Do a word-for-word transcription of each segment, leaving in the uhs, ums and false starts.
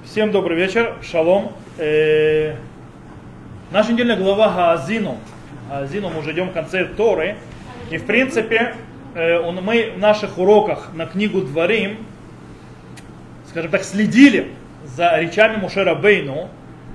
Всем добрый вечер, шалом. Э, наша недельная глава Гаазину. Гаазину мы уже идем в конце Торы. И в принципе э, он, мы в наших уроках на книгу Дворим, скажем так, следили за речами Моше Рабейну.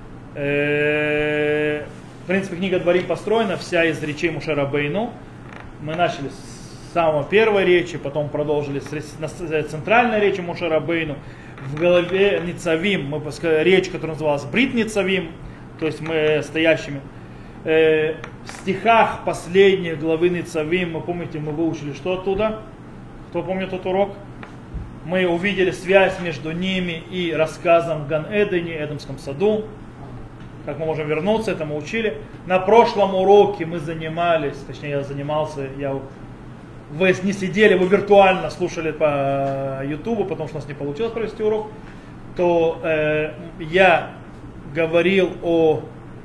Э, в принципе, книга Дворим построена вся из речей Моше Рабейну. Мы начали с самой первой речи, потом продолжили с центральной речи Моше Рабейну. В главе Ницавим, мы, речь, которая называлась Брит Ницавим, то есть мы стоящими. Э, в стихах последней главы Ницавим, мы помните, мы выучили что оттуда? Кто помнит тот урок? Мы увидели связь между ними и рассказом в Ган-Эдене, Эдемском саду. Как мы можем вернуться, это мы учили. На прошлом уроке мы занимались, точнее я занимался, я вы не сидели, вы виртуально слушали по Ютубу, потому что у нас не получилось провести урок, то э, я говорил о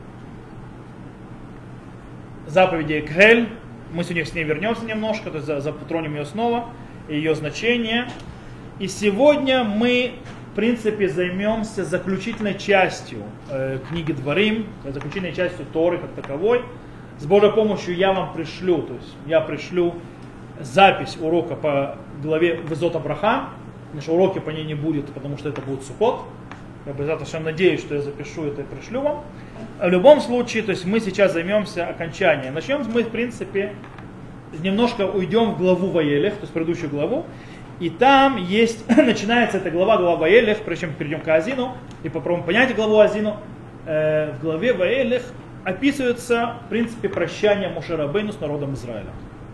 заповеди Экхель. Мы сегодня с ней вернемся немножко, то есть затронем ее снова, ее значение. И сегодня мы, в принципе, займемся заключительной частью э, книги Дворим, заключительной частью Торы как таковой. С Божьей помощью я вам пришлю, то есть я пришлю запись урока по главе Везот Абраха. Потому уроки по ней не будет, потому что это будет Суккот. Я обязательно надеюсь, что я запишу это и пришлю вам. В любом случае, то есть мы сейчас займемся окончанием. Начнем мы, в принципе, немножко уйдем в главу Ваелех, то есть предыдущую главу. И там есть, начинается эта глава, глава Ваелех, прежде чем перейдем к Азину и попробуем понять главу Азину. Э, в главе Ваелех описывается, в принципе, прощание Моше Рабейну с народом Израиля.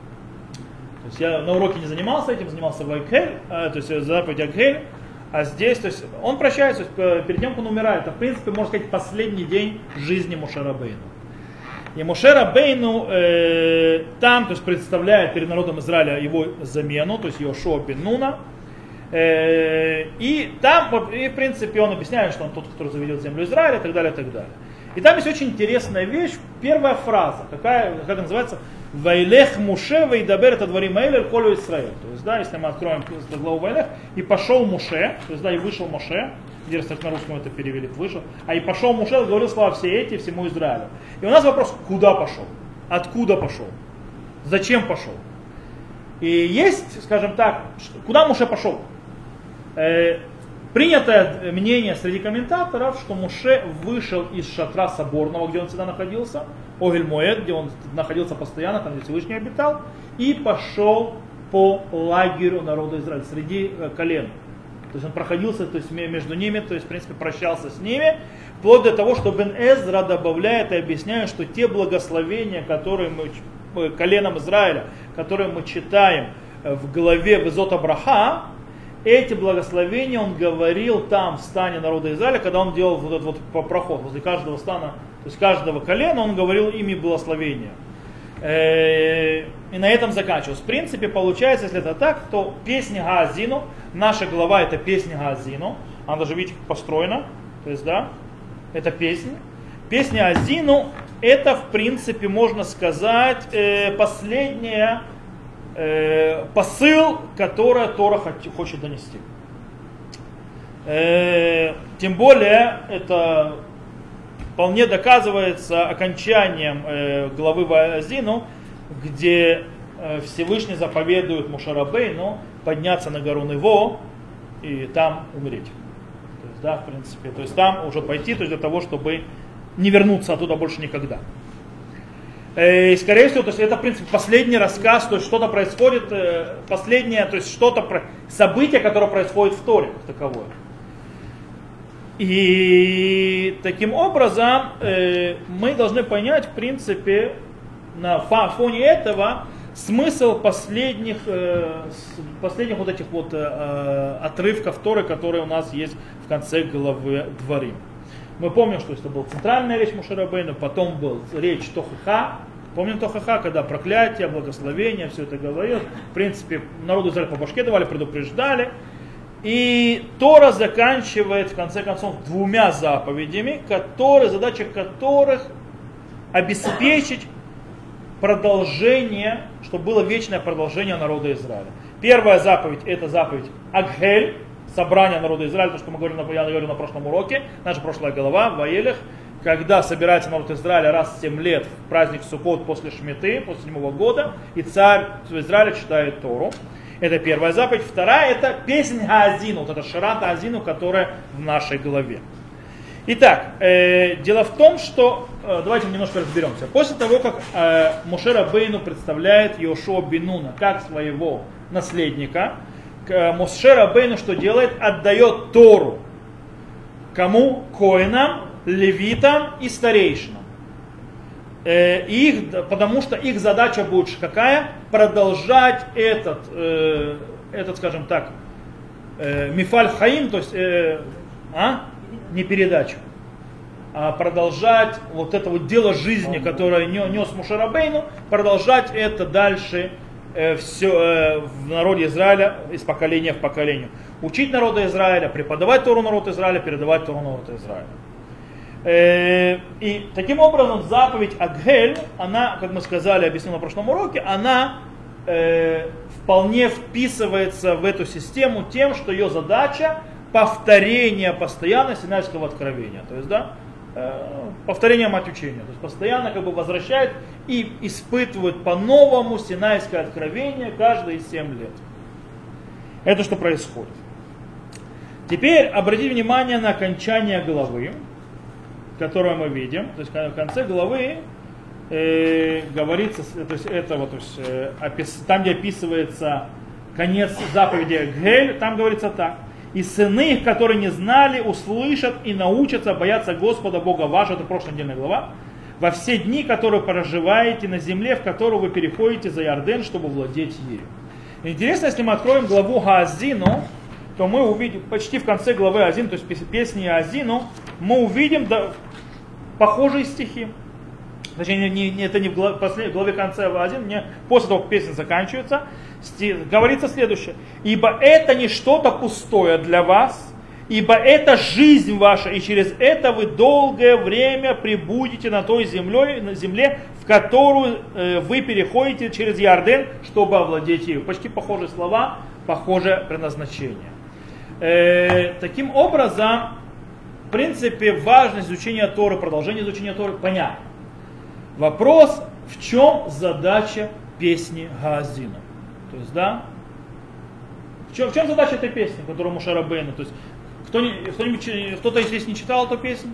То есть я на уроке не занимался этим, занимался в Экхель, а, то есть заповедь Экхель, а здесь, то есть он прощается, то есть перед тем, как он умирает, это в принципе, можно сказать, последний день жизни Моше Рабейну. И Моше Рабейну э, там, то есть представляет перед народом Израиля его замену, то есть Йошуа бен Нуна, э, и там, и, в принципе, он объясняет, что он тот, который заведет землю Израиля, и так далее, и так далее. И там есть очень интересная вещь, первая фраза, какая, как называется, Вайлех Муше вейдабер это дворим эйлер колю Исраэль. То есть, да, если мы откроем главу Вайлех, и пошел Муше, то есть, да, и вышел Моше, где, кстати, на русском это перевели, вышел, а и пошел Муше, говорил слова все эти, всему Израилю. И у нас вопрос, куда пошел? Откуда пошел? Зачем пошел? И есть, скажем так, куда Муше пошел? Э, принятое мнение среди комментаторов, что Муше вышел из шатра соборного, где он всегда находился, Огель Моэд, где он находился постоянно, там где Всевышний обитал, и пошел по лагерю народа Израиля, среди колен. То есть он проходился, то есть между ними, то есть в принципе прощался с ними, вплоть до того, что Бен Эзра добавляет и объясняет, что те благословения, которые мы, коленом Израиля, которые мы читаем в главе Везот Абраха, эти благословения он говорил там в стане народа Израиля, когда он делал вот этот вот проход возле каждого стана, то есть каждого колена, он говорил ими благословения. И на этом заканчивалось. В принципе, получается, если это так, то песня Гаазину, наша глава это песня Гаазину, она даже, видите, как построена, то есть, да, это песня. Песня Гаазину, это, в принципе, можно сказать, последняя Э, посыл, который Тора хочет донести. Э, тем более, это вполне доказывается окончанием э, главы Ваазину, где э, Всевышний заповедует Моше Рабейну подняться на гору Нево и там умереть. То есть, да, в принципе, то есть там уже пойти, то есть для того, чтобы не вернуться оттуда больше никогда. И, скорее всего, то есть это, в принципе, последний рассказ, то есть что-то происходит, последнее, то есть что-то, событие, которое происходит в Торе, как таковое. И таким образом мы должны понять, в принципе, на фоне этого смысл последних, последних вот этих вот отрывков Торы, которые у нас есть в конце главы Дворим. Мы помним, что это была центральная речь Моше Рабейну, потом была речь Тохаха. Помним Тохаха, когда проклятие, благословение, все это говорилось. В принципе, народу Израиля по башке давали, предупреждали. И Тора заканчивает, в конце концов, двумя заповедями, которые, задача которых обеспечить продолжение, чтобы было вечное продолжение народа Израиля. Первая заповедь – это заповедь Агхель, собрание народа Израиля, то, что мы говорили, я говорил на прошлом уроке, наша прошлая глава в Ваелях, когда собирается народ Израиля раз в семь лет в праздник Суккот после Шмиты, после седьмого года, и царь Израиля читает Тору. Это первая заповедь. Вторая это песнь Гаазину, вот это Шират Гаазину, которая в нашей голове. Итак, э, дело в том, что, э, давайте немножко разберемся. После того, как э, Моше Рабейну представляет Йошуа бен Нуна как своего наследника, э, Моше Рабейну что делает? Отдает Тору. Кому? Коинам, левитам и старейшинам. Э, их, потому что их задача будет какая? Продолжать этот, э, этот скажем так, э, мифаль хаим, то есть э, а? не передачу, а продолжать вот это вот дело жизни, которое нес Моше Рабейну, продолжать это дальше э, все, э, в народе Израиля из поколения в поколение. Учить народа Израиля, преподавать Тору народу Израиля, передавать Тору народу Израиля. Э, и таким образом заповедь Агель, она, как мы сказали, объяснили на прошлом уроке, она э, вполне вписывается в эту систему тем, что ее задача повторение постоянно Синайского откровения. То есть, да, э, повторение мать учения. То есть постоянно как бы возвращает и испытывают по-новому Синайское откровение каждые семь лет. Это что происходит. Теперь обратите внимание на окончание главы, которую мы видим. То есть в конце главы э, говорится, то есть это вот, то есть, э, опис, там, где описывается конец заповеди Гель, там говорится так. И сыны их, которые не знали, услышат и научатся бояться Господа Бога вашего, это прошлая недельная глава, во все дни, которые проживаете на земле, в которую вы переходите за Иорден, чтобы владеть ею. Интересно, если мы откроем главу Гаазину, то мы увидим, почти в конце главы Гаазин, то есть песни Гаазину, мы увидим да, похожие стихи. Точнее, не, не, это не в главе, в главе конца Гаазин, не после того, как песня заканчивается, говорится следующее. Ибо это не что-то пустое для вас, ибо это жизнь ваша, и через это вы долгое время пребудете на той земле, на земле, в которую э, вы переходите через Иорден, чтобы овладеть ею. Почти похожие слова, похожее предназначение. Э, таким образом, в принципе, важность изучения Торы, продолжение изучения Торы понятно. Вопрос, в чем задача песни Гаазина? То есть, да, в чем, в чем задача этой песни, которую Моше Рабейну? То есть, кто-нибудь, кто-то здесь не читал эту песню?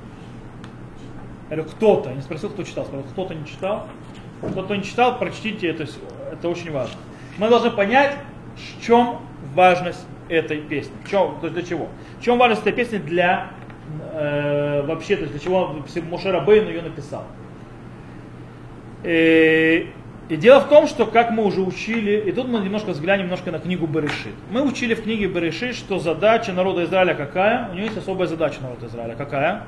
Я говорю, кто-то, я не спросил, кто читал, сказал, кто-то не читал. Кто-то не читал, прочтите, это, это очень важно. Мы должны понять, в чем важность этой песни, в чем, то есть для чего. В чем важность этой песни для, э, вообще, то есть для чего Моше Рабейну ее написал. И, и дело в том, что, как мы уже учили, и тут мы немножко взглянем немножко на книгу Берешит. Мы учили в книге Берешит, что задача народа Израиля какая? У него есть особая задача народа Израиля. Какая?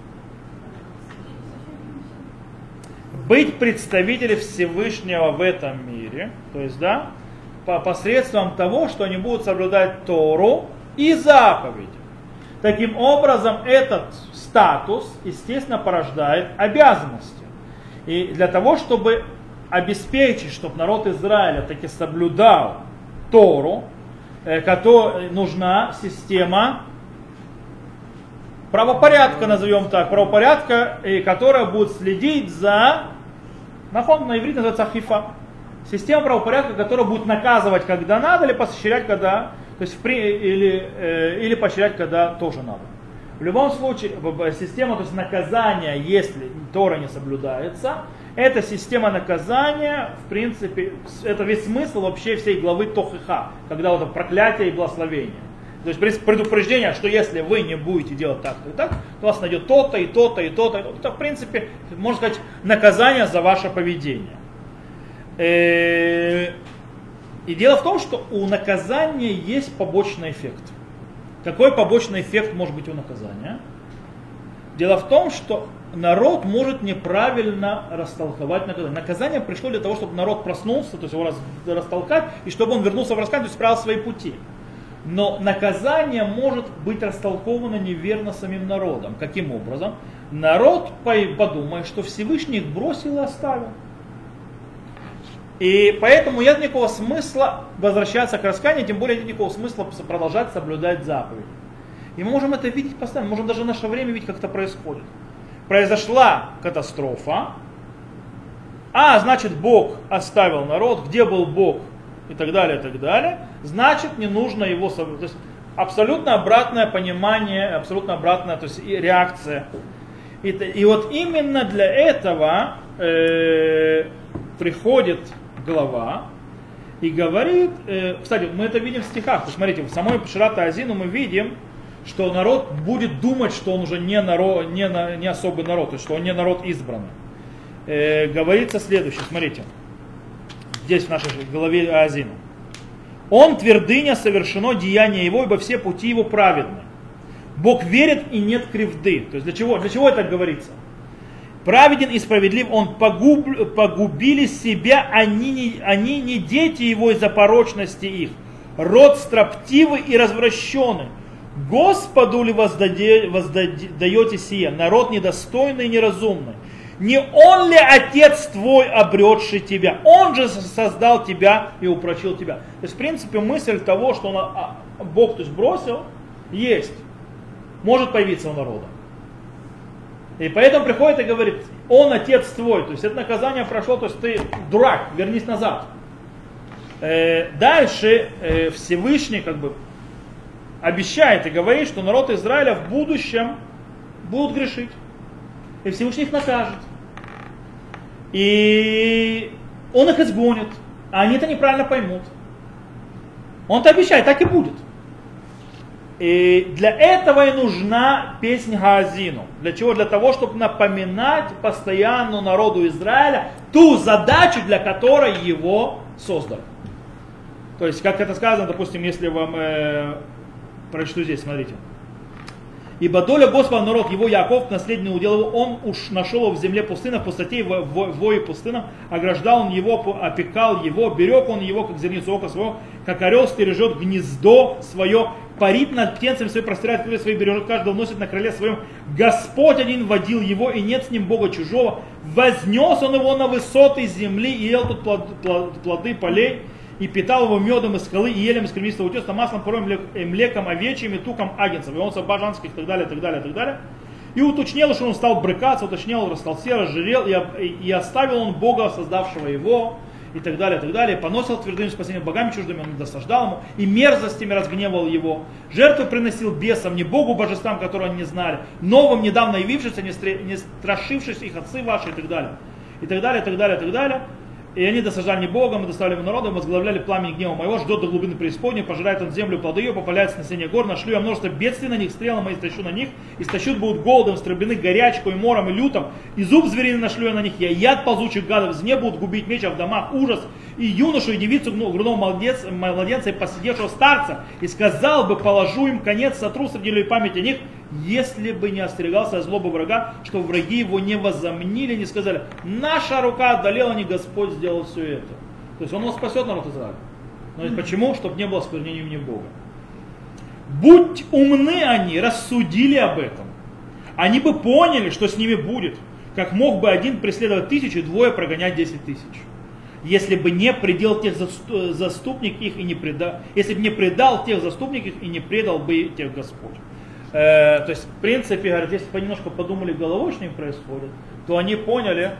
Быть представителем Всевышнего в этом мире. То есть, да, по посредством того, что они будут соблюдать Тору и заповеди. Таким образом, этот статус, естественно, порождает обязанности. И для того, чтобы обеспечить, чтобы народ Израиля таки соблюдал Тору, которой нужна система правопорядка, назовем так, правопорядка, которая будет следить за, на иврите называется ахифа, система правопорядка, которая будет наказывать, когда надо, или поощрять, когда, то есть, или, или поощрять, когда тоже надо. В любом случае, система, то есть наказания, если Тора не соблюдается, это система наказания, в принципе, это весь смысл вообще всей главы Тохиха, когда вот это проклятие и благословение. То есть предупреждение, что если вы не будете делать так-то и так, то вас найдет то-то и то-то и то-то. Это, в принципе, можно сказать, наказание за ваше поведение. И дело в том, что у наказания есть побочный эффект. Какой побочный эффект может быть у наказания? Дело в том, что народ может неправильно растолковать наказание. Наказание пришло для того, чтобы народ проснулся, то есть его растолкать, и чтобы он вернулся в раскаяние, то есть справил свои пути. Но наказание может быть растолковано неверно самим народом. Каким образом? Народ подумает, что Всевышний их бросил и оставил. И поэтому нет никакого смысла возвращаться к раскаянию, тем более нет никакого смысла продолжать соблюдать заповеди. И мы можем это видеть постоянно, можем даже в наше время видеть, как это происходит. Произошла катастрофа, а значит Бог оставил народ, где был Бог и так далее, и так далее, значит не нужно его соблюдать. То есть абсолютно обратное понимание, абсолютно обратная, то есть реакция. И, и вот именно для этого э, приходит глава и говорит, э, кстати, мы это видим в стихах, смотрите, в самой Шират Азину мы видим, что народ будет думать, что он уже не, народ, не, не особый народ, то есть что он не народ избранный. Э, говорится следующее, смотрите, здесь в нашей главе Азину. Он твердыня, совершено деяние его, ибо все пути его праведны. Бог верит и нет кривды. То есть для чего? Для чего это говорится? Праведен и справедлив, он погуб, погубили себя, они не, они не дети его из-за порочности их. Род строптивый и развращенный. Господу ли воздаде, воздаете сие, народ недостойный и неразумный? Не он ли отец твой, обретший тебя? Он же создал тебя и упрочил тебя. То есть, в принципе, мысль того, что он, Бог то есть, бросил, есть. Может появиться у народа. И поэтому приходит и говорит, он отец твой. То есть, это наказание прошло, то есть, ты дурак, вернись назад. Э, дальше э, Всевышний как бы обещает и говорит, что народ Израиля в будущем будут грешить. И Всевышний их накажет. И он их изгонит. А они это неправильно поймут. Он это обещает, так и будет. И для этого и нужна песня Гаазину. Для чего? Для того, чтобы напоминать постоянно народу Израиля ту задачу, для которой его создали. То есть, как это сказано, допустим, если вам э, прочту здесь, смотрите. Ибо доля Господа народ его, Яков, наследный удел его, он уж нашел его в земле пустынной, в пустоте, в вое пустынном, ограждал он его, опекал его, берег он его, как зерницу ока своего, как орел стережет гнездо свое, парит над птенцами своим, простирает крылья свои, бережет каждого, носит на крыле своем. Господь один водил его, и нет с ним Бога чужого. Вознес он его на высоты земли, и ел тут плод, плод, плоды полей, и питал его медом из скалы, и елем из кремнистого утеса, маслом, порой млеком овечьим и туком агнцев, и он собажанских, и так далее, и так далее, и так далее. И уточнил, что он стал брыкаться, уточнил, растолстел, разжирел, и, и оставил он Бога, создавшего его, и так далее, и так далее. Поносил твердым спасением богами чуждыми, он досаждал ему, и мерзостями разгневал его. Жертвы приносил бесам, не Богу, божествам, которые они не знали, новым, недавно явившимся, не, стр... не страшившись их отцы ваши, и так далее. И так далее, и так далее, и так далее. И они досаждали не Богом, и доставили ему народу, и возглавляли пламень гнева моего, ждет до глубины преисподней, пожирает он землю, плоды ее, попаляется на сене гор, нашлю я множество бедствий на них, стрелы мои истощу на них, истощут будут голодом, страблены горячкой, мором и лютом, и зуб звериный нашлю я на них, я яд ползучих гадов, зне будут губить меч, а в домах ужас, и юношу, и девицу, грудного младенца, младенца и посидевшего старца, и сказал бы, положу им конец, сотру среди памяти о них, если бы не остерегался от злобы врага, что враги его не возомнили, не сказали, наша рука одолела, не Господь сделал все это. То есть он нас спасет, народ Израиля. Но mm-hmm. почему? Чтобы не было осквернения имени Бога. Будь умны они, рассудили об этом. Они бы поняли, что с ними будет. Как мог бы один преследовать тысячу, двое прогонять десять тысяч. Если бы не предал тех заступник их и не предал, если бы не предал тех заступник их и не предал бы тех Господь. Э, то есть, в принципе, говорят, если бы немножко подумали головой, что им происходит, то они поняли,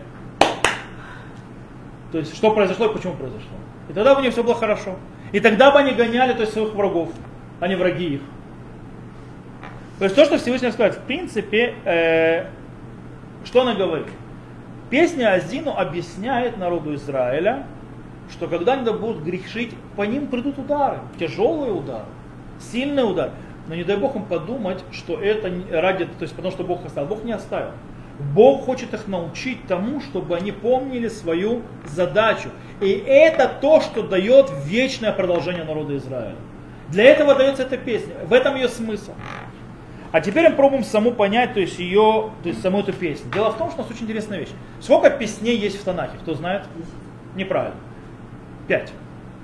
то есть, что произошло и почему произошло. И тогда бы у них все было хорошо. И тогда бы они гоняли, то есть, своих врагов, а не враги их. То есть, то, что Всевышний сказал, в принципе, э, что она говорит? Песня Азину объясняет народу Израиля, что когда они будут грешить, по ним придут удары, тяжелые удары, сильные удары. Но не дай Бог им подумать, что это ради, то есть потому что Бог оставил. Бог не оставил. Бог хочет их научить тому, чтобы они помнили свою задачу. И это то, что дает вечное продолжение народа Израиля. Для этого дается эта песня. В этом ее смысл. А теперь мы пробуем саму понять, то есть ее, то есть саму эту песню. Дело в том, что у нас очень интересная вещь. Сколько песней есть в Танахе? Кто знает? Неправильно. Пять.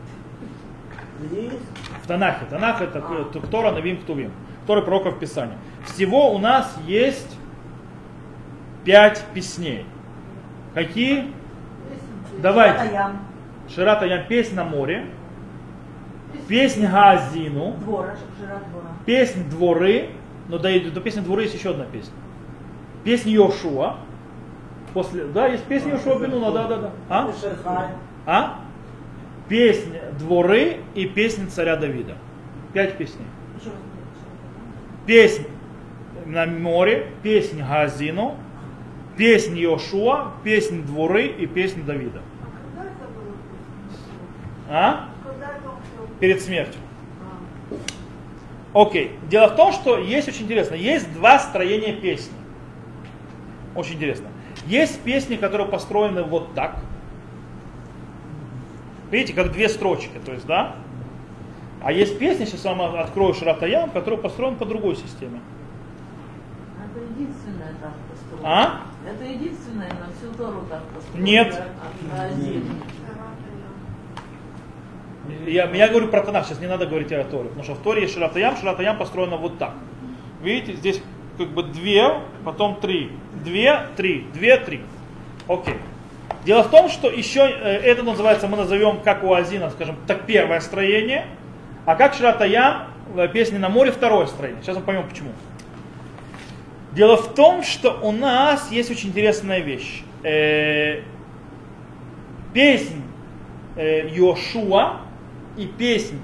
В Танахе. Танах это Тора, Навим, Ктувим. Торы пророков Писания. Всего у нас есть пять песней. Какие? Давайте. Шират Аям, песнь на море. Песнь Гаазину. Двора, Шира двора. Песнь Дворы. Но до, до песни Дворы есть еще одна песня. Песнь Йошуа. После, да, есть песня Йошуа бен Нуна, да, да, да. А? А? Песнь Дворы и песнь царя Давида. Пять песней. Песнь на море, песнь Гаазину, песнь Йошуа, песнь Дворы и песнь Давида. А? Перед смертью. Окей. Дело в том, что есть очень интересно. Есть два строения песни. Очень интересно. Есть песни, которые построены вот так. Видите, как две строчки. То есть, да? А есть песни, сейчас я вам открою Шират Аям, которые построены по другой системе. Это единственное так построено. А? Это единственное на всю Тору так построено. Нет. Я, я говорю про Танах, сейчас не надо говорить о Торе, потому что в Торе есть Шират Аям, Шират Аям построено вот так. Видите, здесь как бы две, потом три, две, три, две, три. Окей. Дело в том, что еще это называется, мы назовем, как у Азина, скажем, так первое строение, а как Шират Аям, песни на море, второе строение. Сейчас мы поймем почему. Дело в том, что у нас есть очень интересная вещь. Э, песнь э, Йошуа и песнь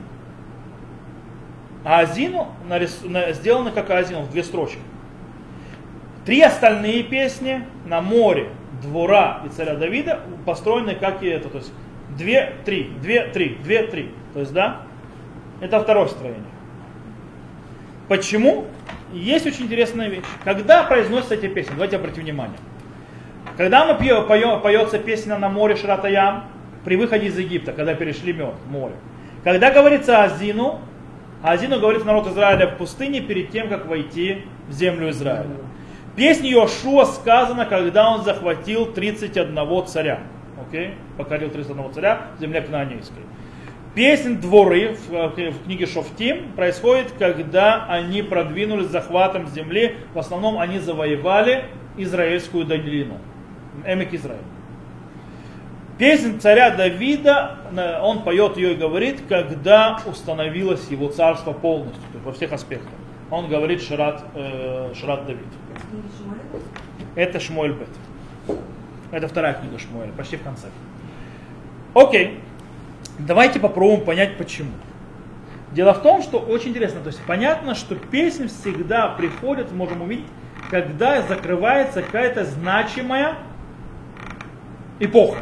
Аазину нарис... сделаны как Аазину, в две строчки. Три остальные песни на море, Двора и царя Давида построены как и это. То есть две, три, две, три, две, три. То есть, да, это второе строение. Почему? Есть очень интересная вещь. Когда произносятся эти песни, давайте обратим внимание. Когда мы пьем, поем, поется песня на море Шират Аям, при выходе из Египта, когда перешли мед, море. Когда говорится Азину, Азину говорит народ Израиля в пустыне перед тем, как войти в землю Израиля. Песня Йошуа сказана, когда он захватил тридцать одного царя. Okay? Покорил тридцать одного царя в земле Кнаанейской. Песнь Дворы в, в книге Шофтим происходит, когда они продвинулись с захватом земли. В основном они завоевали Израильскую долину. Эмек Израиль. Песнь царя Давида, он поет ее и говорит, когда установилось его царство полностью, то есть во всех аспектах. Он говорит Шират, э, Шират Давид. Это Шмуэль Бет. Это вторая книга Шмуэля, почти в конце. Окей. Давайте попробуем понять почему. Дело в том, что очень интересно, то есть понятно, что песни всегда приходят, можем увидеть, когда закрывается какая-то значимая эпоха.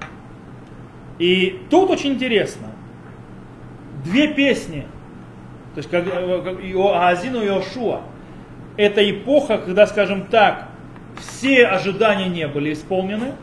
И тут очень интересно. Две песни, то есть как, как Аазину и Йошуа, это эпоха, когда, скажем так, все ожидания не были исполнены.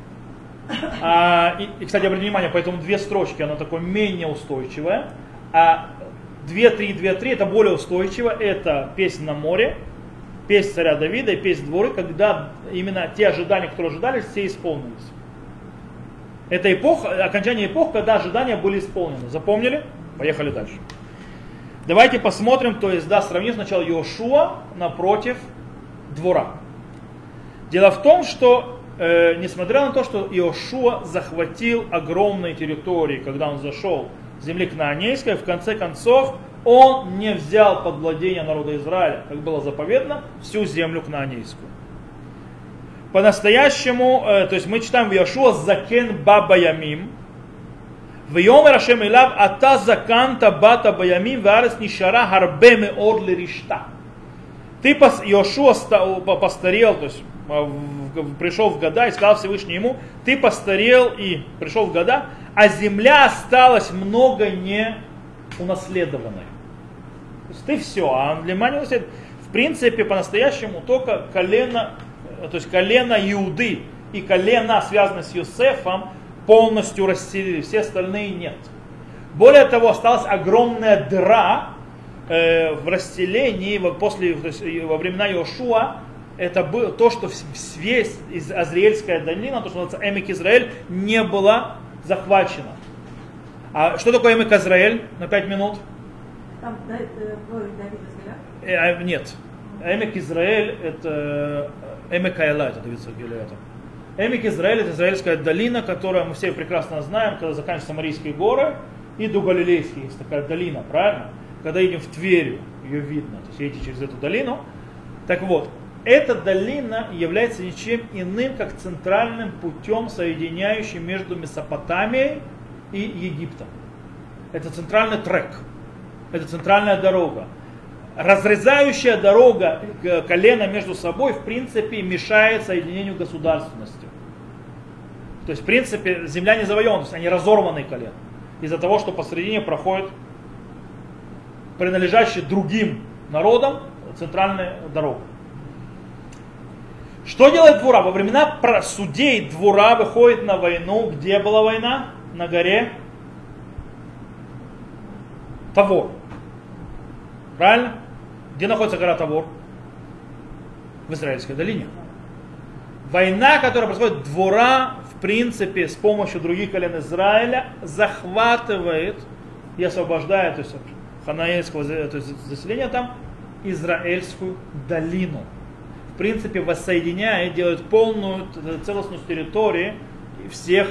А, и, и, кстати, обратите внимание, поэтому две строчки, оно такое менее устойчивое. А две, три, две, три это более устойчиво. Это песня на море, песня царя Давида и песня Дворы, когда именно те ожидания, которые ожидались, все исполнились. Это эпоха, окончание эпохи, когда ожидания были исполнены. Запомнили? Поехали дальше. Давайте посмотрим, то есть, да, сравним сначала Йошуа напротив Двора. Дело в том, что, э, несмотря на то, что Йошуа захватил огромные территории, когда он зашел в земли Кнаанейской, в конце концов, он не взял под владение народа Израиля, как было заповедано, всю землю Кнаанейскую. По-настоящему, э, то есть мы читаем в Йошуа «Закен ба баямим», «Вьомер Ашем илав ата заканта бата баямим варес нишара харбе меод лиришта». Ты, Йошуа, постарел, то есть пришел в года и сказал Всевышний ему, ты постарел и пришел в года, а земля осталась много не унаследованной. То есть ты все, а для меня в принципе по-настоящему только колено, то есть колено Иуды и колено, связанное с Йосефом, полностью расселили, все остальные нет. Более того, осталась огромная дыра э, в расселении после, то есть, во времена Йошуа. Это было то, что весь Азриэльская долина, то, что называется Эмек Израиль, не было захвачено. А что такое Эмек Израиль? На пять минут? Там Давид из Нет. Эмек Израиль это Эмек Айла, это Давид из Гилеада. Эмик Израиль — это израильская долина, которую мы все прекрасно знаем, когда заканчиваются Самарийские горы, и до Галилейские есть такая долина, правильно? Когда идем в Тверь, ее видно, то есть едете через эту долину. Так вот, эта долина является ничем иным, как центральным путем, соединяющим между Месопотамией и Египтом. Это центральный трек, это центральная дорога. Разрезающая дорога колена между собой, в принципе, мешает соединению государственности. То есть, в принципе, земля не завоевана, то есть они разорванные колена. Из-за того, что посредине проходит принадлежащий другим народам центральная дорога. Что делает Двура? Во времена судей Двура выходит на войну. Где была война? На горе Тавор. Правильно? Где находится гора Тавор? В Израильской долине. Война, которая происходит Двура, в принципе, с помощью других колен Израиля, захватывает и освобождает, то есть ханаэльского то есть заселения там, израильскую долину. В принципе, воссоединяет, делает полную целостность территории всех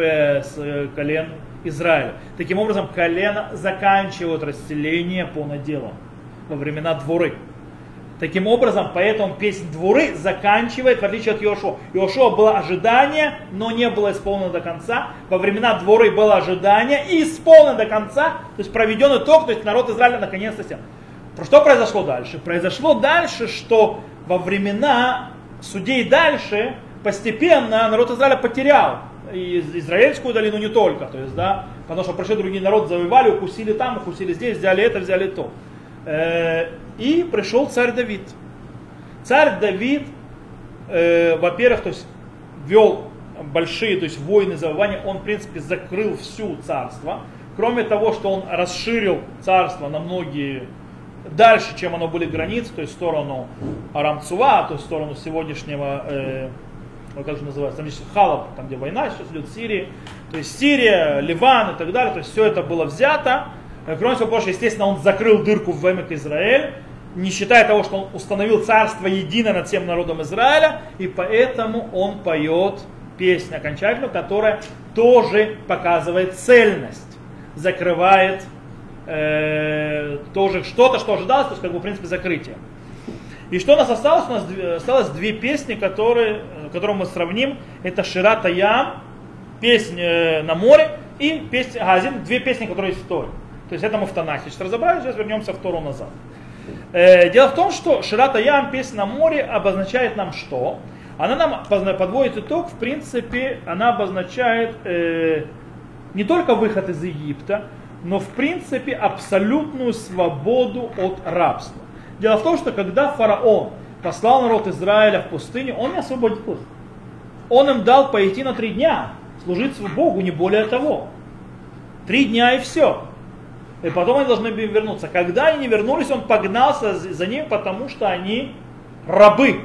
колен Израиля. Таким образом, колено заканчивают расселение по наделам во времена Дворы. Таким образом, поэтому песнь Дворы заканчивает, в отличие от Йошуа. Йошуа было ожидание, но не было исполнено до конца. Во времена Дворы было ожидание и исполнено до конца, то есть проведен итог, то есть народ Израиля наконец-то сел. Что произошло дальше? Произошло дальше, что во времена судей дальше постепенно народ Израиля потерял и израильскую долину не только, то есть, да, потому что пришли другие народы, завоевали, укусили там, укусили здесь, взяли это, взяли то. И пришел царь Давид. Царь Давид, э, во-первых, то есть вел большие, то есть войны, завоевания, он, в принципе, закрыл всю царство. Кроме того, что он расширил царство на многие, дальше, чем оно были границы, то есть в сторону Арам-Цува, то есть в сторону сегодняшнего, э, как же называется, там здесь Халаб, там где война сейчас идет, Сирии, то есть Сирия, Ливан и так далее, то есть все это было взято. Кроме всего прочего, естественно, он закрыл дырку в Эмек Израиль, не считая того, что он установил царство единое над всем народом Израиля, и поэтому он поет песню окончательную, которая тоже показывает цельность, закрывает э, тоже что-то, что ожидалось, то есть, как бы, в принципе, закрытие. И что у нас осталось? У нас осталось две песни, которые, которые мы сравним. Это Шират Аям, песня на море, и песня Газин, две песни, которые есть в Торе. То есть это мы в Танахе сейчас разобрали, сейчас вернемся в Тору назад. Э, дело в том, что Шират Аям, песня на море, обозначает нам что? Она нам подводит итог, в принципе, она обозначает э, не только выход из Египта, но в принципе абсолютную свободу от рабства. Дело в том, что когда фараон послал народ Израиля в пустыню, он не освободил их. Он им дал пойти на три дня, служить Богу, не более того. Три дня и все. И потом они должны были вернуться. Когда они не вернулись, он погнался за ними, потому что они рабы.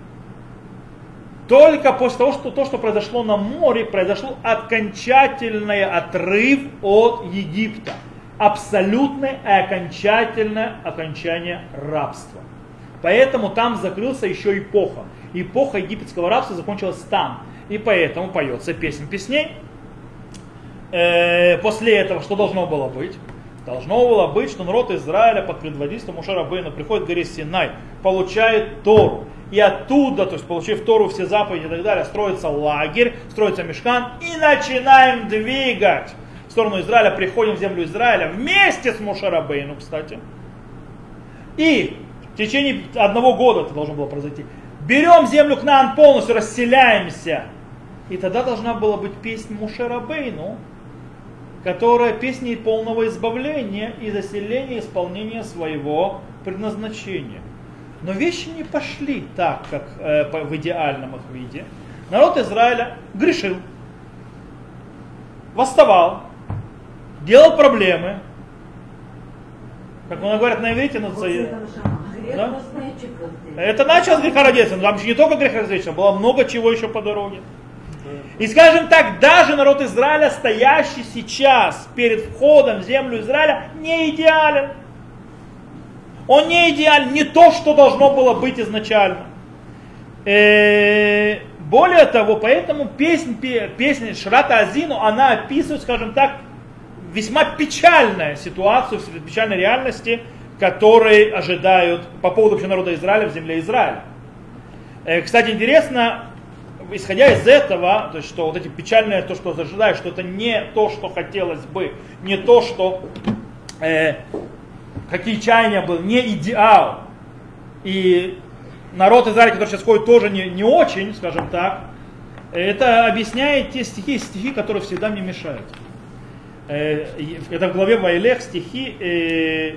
Только после того, что то, что произошло на море, произошло окончательный отрыв от Египта. Абсолютное и окончательное окончание рабства. Поэтому там закрылся еще эпоха. Эпоха египетского рабства закончилась там. И поэтому поется песня песней. Э, после этого что должно было быть? Должно было быть, что народ Израиля под предводительством Моше Рабейну приходит к горе Синай, получает Тору. И оттуда, то есть получив Тору, все заповеди и так далее, строится лагерь, строится мишкан, и начинаем двигать в сторону Израиля, приходим в землю Израиля вместе с Моше Рабейну, кстати. И в течение одного года это должно было произойти. Берем землю Кнаан полностью, расселяемся. И тогда должна была быть песня Моше Рабейну, которая песня полного избавления и заселения, исполнения своего предназначения. Но вещи не пошли так, как э, в идеальном их виде. Народ Израиля грешил, восставал, делал проблемы. Как он говорит на иврите, на да? Это началось с грехородительства, но там еще не только грехородительство, было много чего еще по дороге. И скажем так, даже народ Израиля, стоящий сейчас перед входом в землю Израиля, не идеален. Он не идеален, не то, что должно было быть изначально. Э-э- более того, поэтому песнь, песня Ширата Азину, она описывает, скажем так, весьма печальную ситуацию, печальной реальности, которые ожидают по поводу вообще народа Израиля в земле Израиля. Кстати, интересно, исходя из этого, то есть, что вот эти печальные, то, что ожидают, что это не то, что хотелось бы, не то, что э, какие чаяния были, не идеал. И народ Израиля, который сейчас ходит, тоже не, не очень, скажем так, это объясняет те стихи, стихи, которые всегда мне мешают. Э, это в главе Ваилех стихи, э,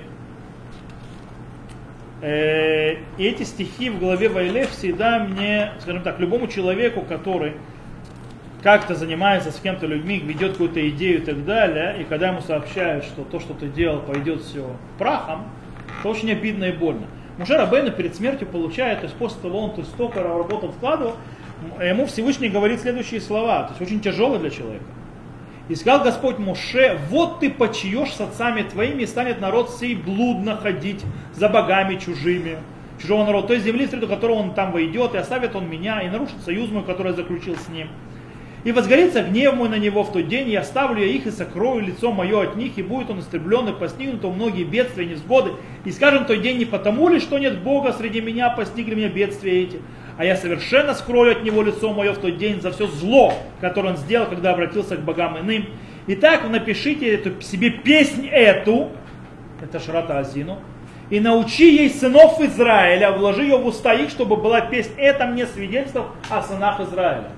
э, и эти стихи в главе Ваилех всегда мне, скажем так, любому человеку, который как-то занимается с кем-то людьми, ведет какую-то идею и так далее, и когда ему сообщают, что то, что ты делал, пойдет все прахом, это очень обидно и больно. Моше Рабейну перед смертью получает, то есть после того, он то есть, столько работал, вкладывал, ему Всевышний говорит следующие слова, то есть очень тяжелые для человека. И сказал Господь Моше: вот ты почиешь с отцами твоими, и станет народ сей блудно ходить за богами чужими, чужого народа, той земли, в среду которого он там войдет, и оставит он меня, и нарушит союз мой, который я заключил с ним. И возгорится гнев мой на него в тот день, и оставлю я их, и сокрою лицо мое от них, и будет он истреблен, и постигнут у многие бедствия и невзгоды. И скажем тот день, не потому ли, что нет Бога среди меня, постигли меня бедствия эти, а я совершенно скрою от него лицо мое в тот день за все зло, которое он сделал, когда обратился к богам иным. Итак, напишите эту, себе песнь эту, это Ширата Азину, и научи ей сынов Израиля, вложи ее в уста их, чтобы была песнь эта мне свидетельством о сынах Израиля.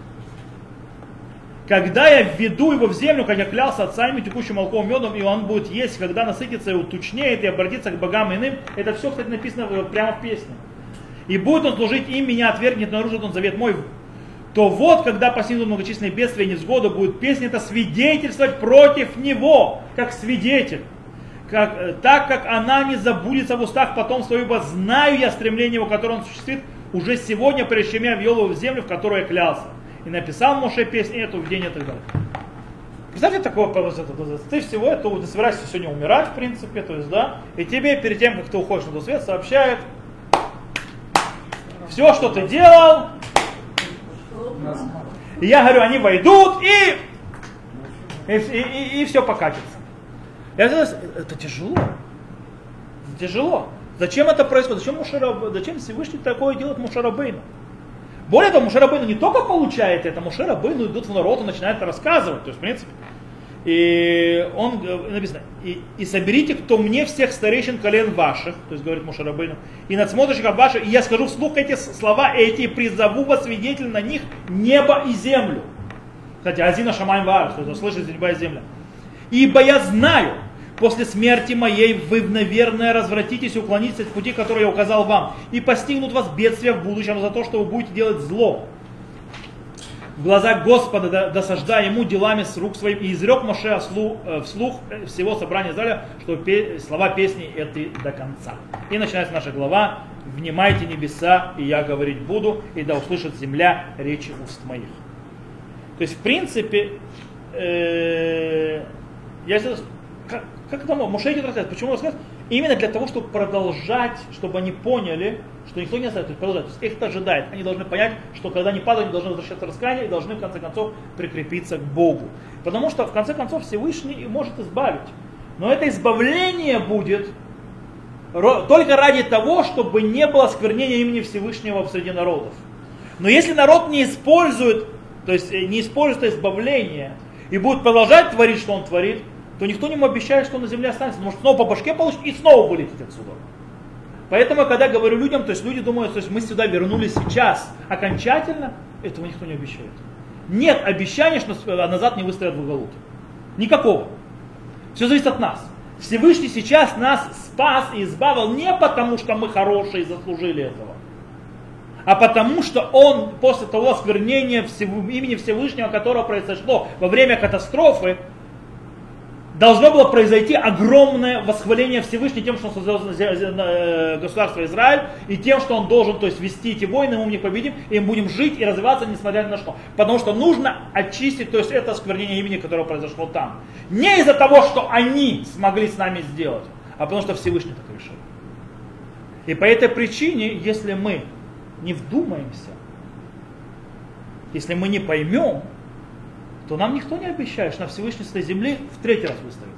Когда я введу его в землю, как я клялся отцами, текущим молоком медом, и он будет есть, когда насытится и утучнеет, и обратится к богам иным. Это все, кстати, написано прямо в песне. И будет он служить им, меня отвергнет, нарушит он завет мой. То вот, когда постигнут многочисленные бедствия и невзгоды, будет песня это свидетельствовать против него, как свидетель. Как, так как она не забудется в устах потомства, ибо знаю я стремление его, которое он осуществит уже сегодня, прежде чем я ввел его в землю, в которую я клялся. И написал Моше песню эту в день и так далее. Представьте такое, ты всего этого, ты собираешься сегодня умирать, в принципе, то есть, да, и тебе перед тем, как ты уходишь на тот свет, сообщают, все, что ты делал, и я говорю, они войдут, и, и, и, и, и все покатится. Это, это тяжело. Это тяжело. Зачем это происходит? Зачем, Моше, зачем Всевышний такое делает Моше Рабейну? Более того, Моше Рабейну не только получает это, Моше Рабейну идут в народ и начинает рассказывать. То есть, в принципе, и он написано, и, и соберите, кто мне всех старейшин колен ваших, то есть говорит Моше Рабейну, и надсмотрщиков ваших, и я скажу вслух эти слова эти, и призову вас свидетель на них небо и землю. Кстати, Азина Шамай Ваар, что это слышит небо и земля. Ибо я знаю, после смерти моей вы, наверное, развратитесь и уклонитесь от пути, который я указал вам, и постигнут вас бедствия в будущем за то, что вы будете делать зло. В глазах Господа досаждая ему делами с рук своим, и изрек Моше вслух всего собрания Израиля, что слова песни эти до конца. И начинается наша глава: «Внимайте небеса, и я говорить буду, и да услышит земля речи уст моих». То есть, в принципе, э, я сейчас... Как, как это Моше идет рассказать? Почему рассказывать? Именно для того, чтобы продолжать, чтобы они поняли, что никто не оставит, то есть продолжать. То есть их это ожидает. Они должны понять, что когда они падают, они должны возвращаться в раскаяние и должны в конце концов прикрепиться к Богу. Потому что в конце концов Всевышний может избавить. Но это избавление будет только ради того, чтобы не было осквернения имени Всевышнего среди народов. Но если народ не использует, то есть не использует это избавление и будет продолжать творить, что он творит, то никто не ему обещает, что он на земле останется. Может снова по башке получит и снова вылетит отсюда. Поэтому, когда говорю людям, то есть люди думают, то есть мы сюда вернулись сейчас окончательно, этого никто не обещает. Нет обещания, что назад не выстоят в уголок. Никакого. Все зависит от нас. Всевышний сейчас нас спас и избавил не потому, что мы хорошие и заслужили этого, а потому, что он после того осквернения имени Всевышнего, которое произошло во время катастрофы, должно было произойти огромное восхваление Всевышнего тем, что он создал государство Израиль, и тем, что он должен, то есть, вести эти войны, мы в них победим, и мы будем жить и развиваться, несмотря ни на что. Потому что нужно очистить, то есть, это осквернение имени, которое произошло там. Не из-за того, что они смогли с нами сделать, а потому что Всевышний так решил. И по этой причине, если мы не вдумаемся, Если мы не поймем, то нам никто не обещает, что на Всевышний с этой земли в третий раз выставит.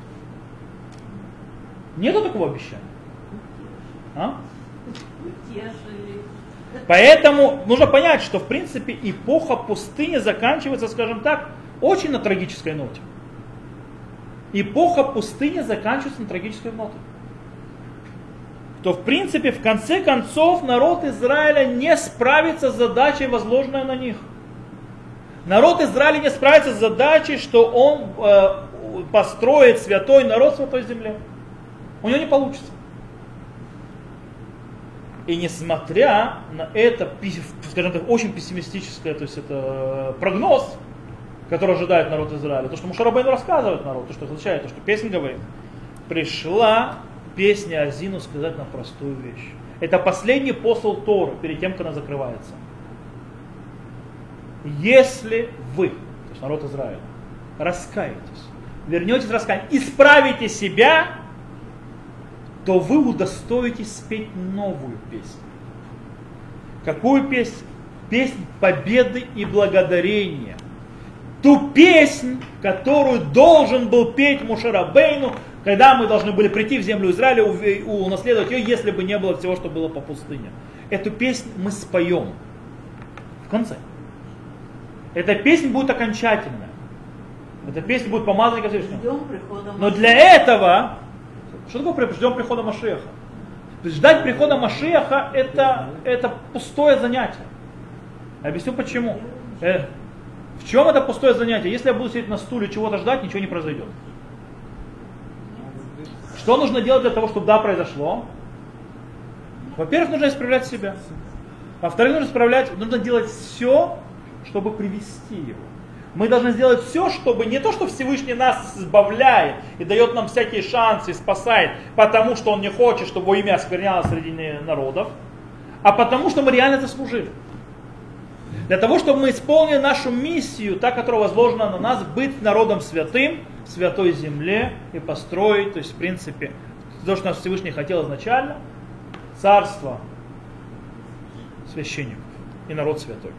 Нету такого обещания. А? Утешили. Поэтому нужно понять, что в принципе эпоха пустыни заканчивается, скажем так, очень на трагической ноте. Эпоха пустыни заканчивается на трагической ноте. То в принципе в конце концов народ Израиля не справится с задачей, возложенной на них. Народ Израиля не справится с задачей, что он э, построит святой народ в святой земле. У него не получится. И несмотря на это, скажем так, очень пессимистическое, то есть это прогноз, который ожидает народ Израиля, то, что Моше Рабейну рассказывает народу, то, что означает, то, что песня говорит, пришла песня Азину сказать нам простую вещь. Это последний посыл Торы, перед тем, как она закрывается. Если вы, то есть народ Израиля, раскаетесь, вернетесь раскаяние, исправите себя, то вы удостоитесь спеть новую песню. Какую песню? Песнь победы и благодарения. Ту песнь, которую должен был петь Моше Рабейну, когда мы должны были прийти в землю Израиля, унаследовать ее, если бы не было всего, что было по пустыне. Эту песнь мы споем в конце. Эта песня будет окончательная. Эта песня будет помазана ко Всевышнему. Ждем прихода Но для этого, что такое ждем прихода Машиаха? Ждать прихода Машиаха это, это пустое занятие. Объясню почему. Э, в чем это пустое занятие? Если я буду сидеть на стуле, чего-то ждать, ничего не произойдет. Что нужно делать для того, чтобы да, произошло? Во-первых, нужно исправлять себя. Во-вторых, нужно исправлять, нужно делать все, чтобы привести его. Мы должны сделать все, чтобы не то, что Всевышний нас избавляет и дает нам всякие шансы, спасает, потому что Он не хочет, чтобы его имя осквернялось среди народов, а потому что мы реально заслужили. Для того, чтобы мы исполнили нашу миссию, та, которая возложена на нас, быть народом святым, в святой земле и построить, то есть в принципе, то, что нас Всевышний хотел изначально, царство священников и народ святой.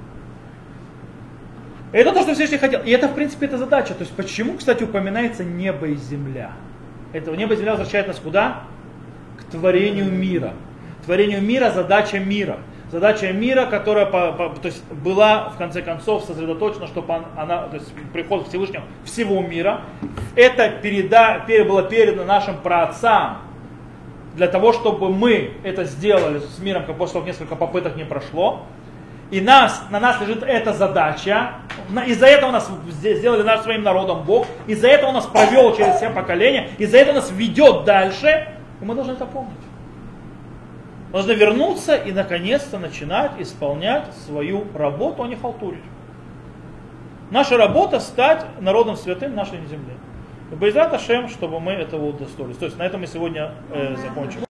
Это то, что Всевышний хотел. И это, в принципе, это задача. То есть, почему, кстати, упоминается небо и земля? Это небо и земля возвращает нас куда? К творению мира. Творению мира – задача мира. Задача мира, которая по, по, то есть, была, в конце концов, сосредоточена, чтобы она, то есть, приход к Всевышнему всего мира. Это переда, было передано нашим праотцам, для того, чтобы мы это сделали с миром, как после того, несколько попыток не прошло. И нас, на нас лежит эта задача. Из-за этого нас сделали наш своим народом Бог. Из-за этого нас провел через все поколения. Из-за этого нас ведет дальше. И мы должны это помнить. Мы должны вернуться и наконец-то начинать исполнять свою работу, а не халтурить. Наша работа стать народом святым нашей земле. И Бейзат Ашем, чтобы мы этого удостоились. То есть на этом мы сегодня э, закончим.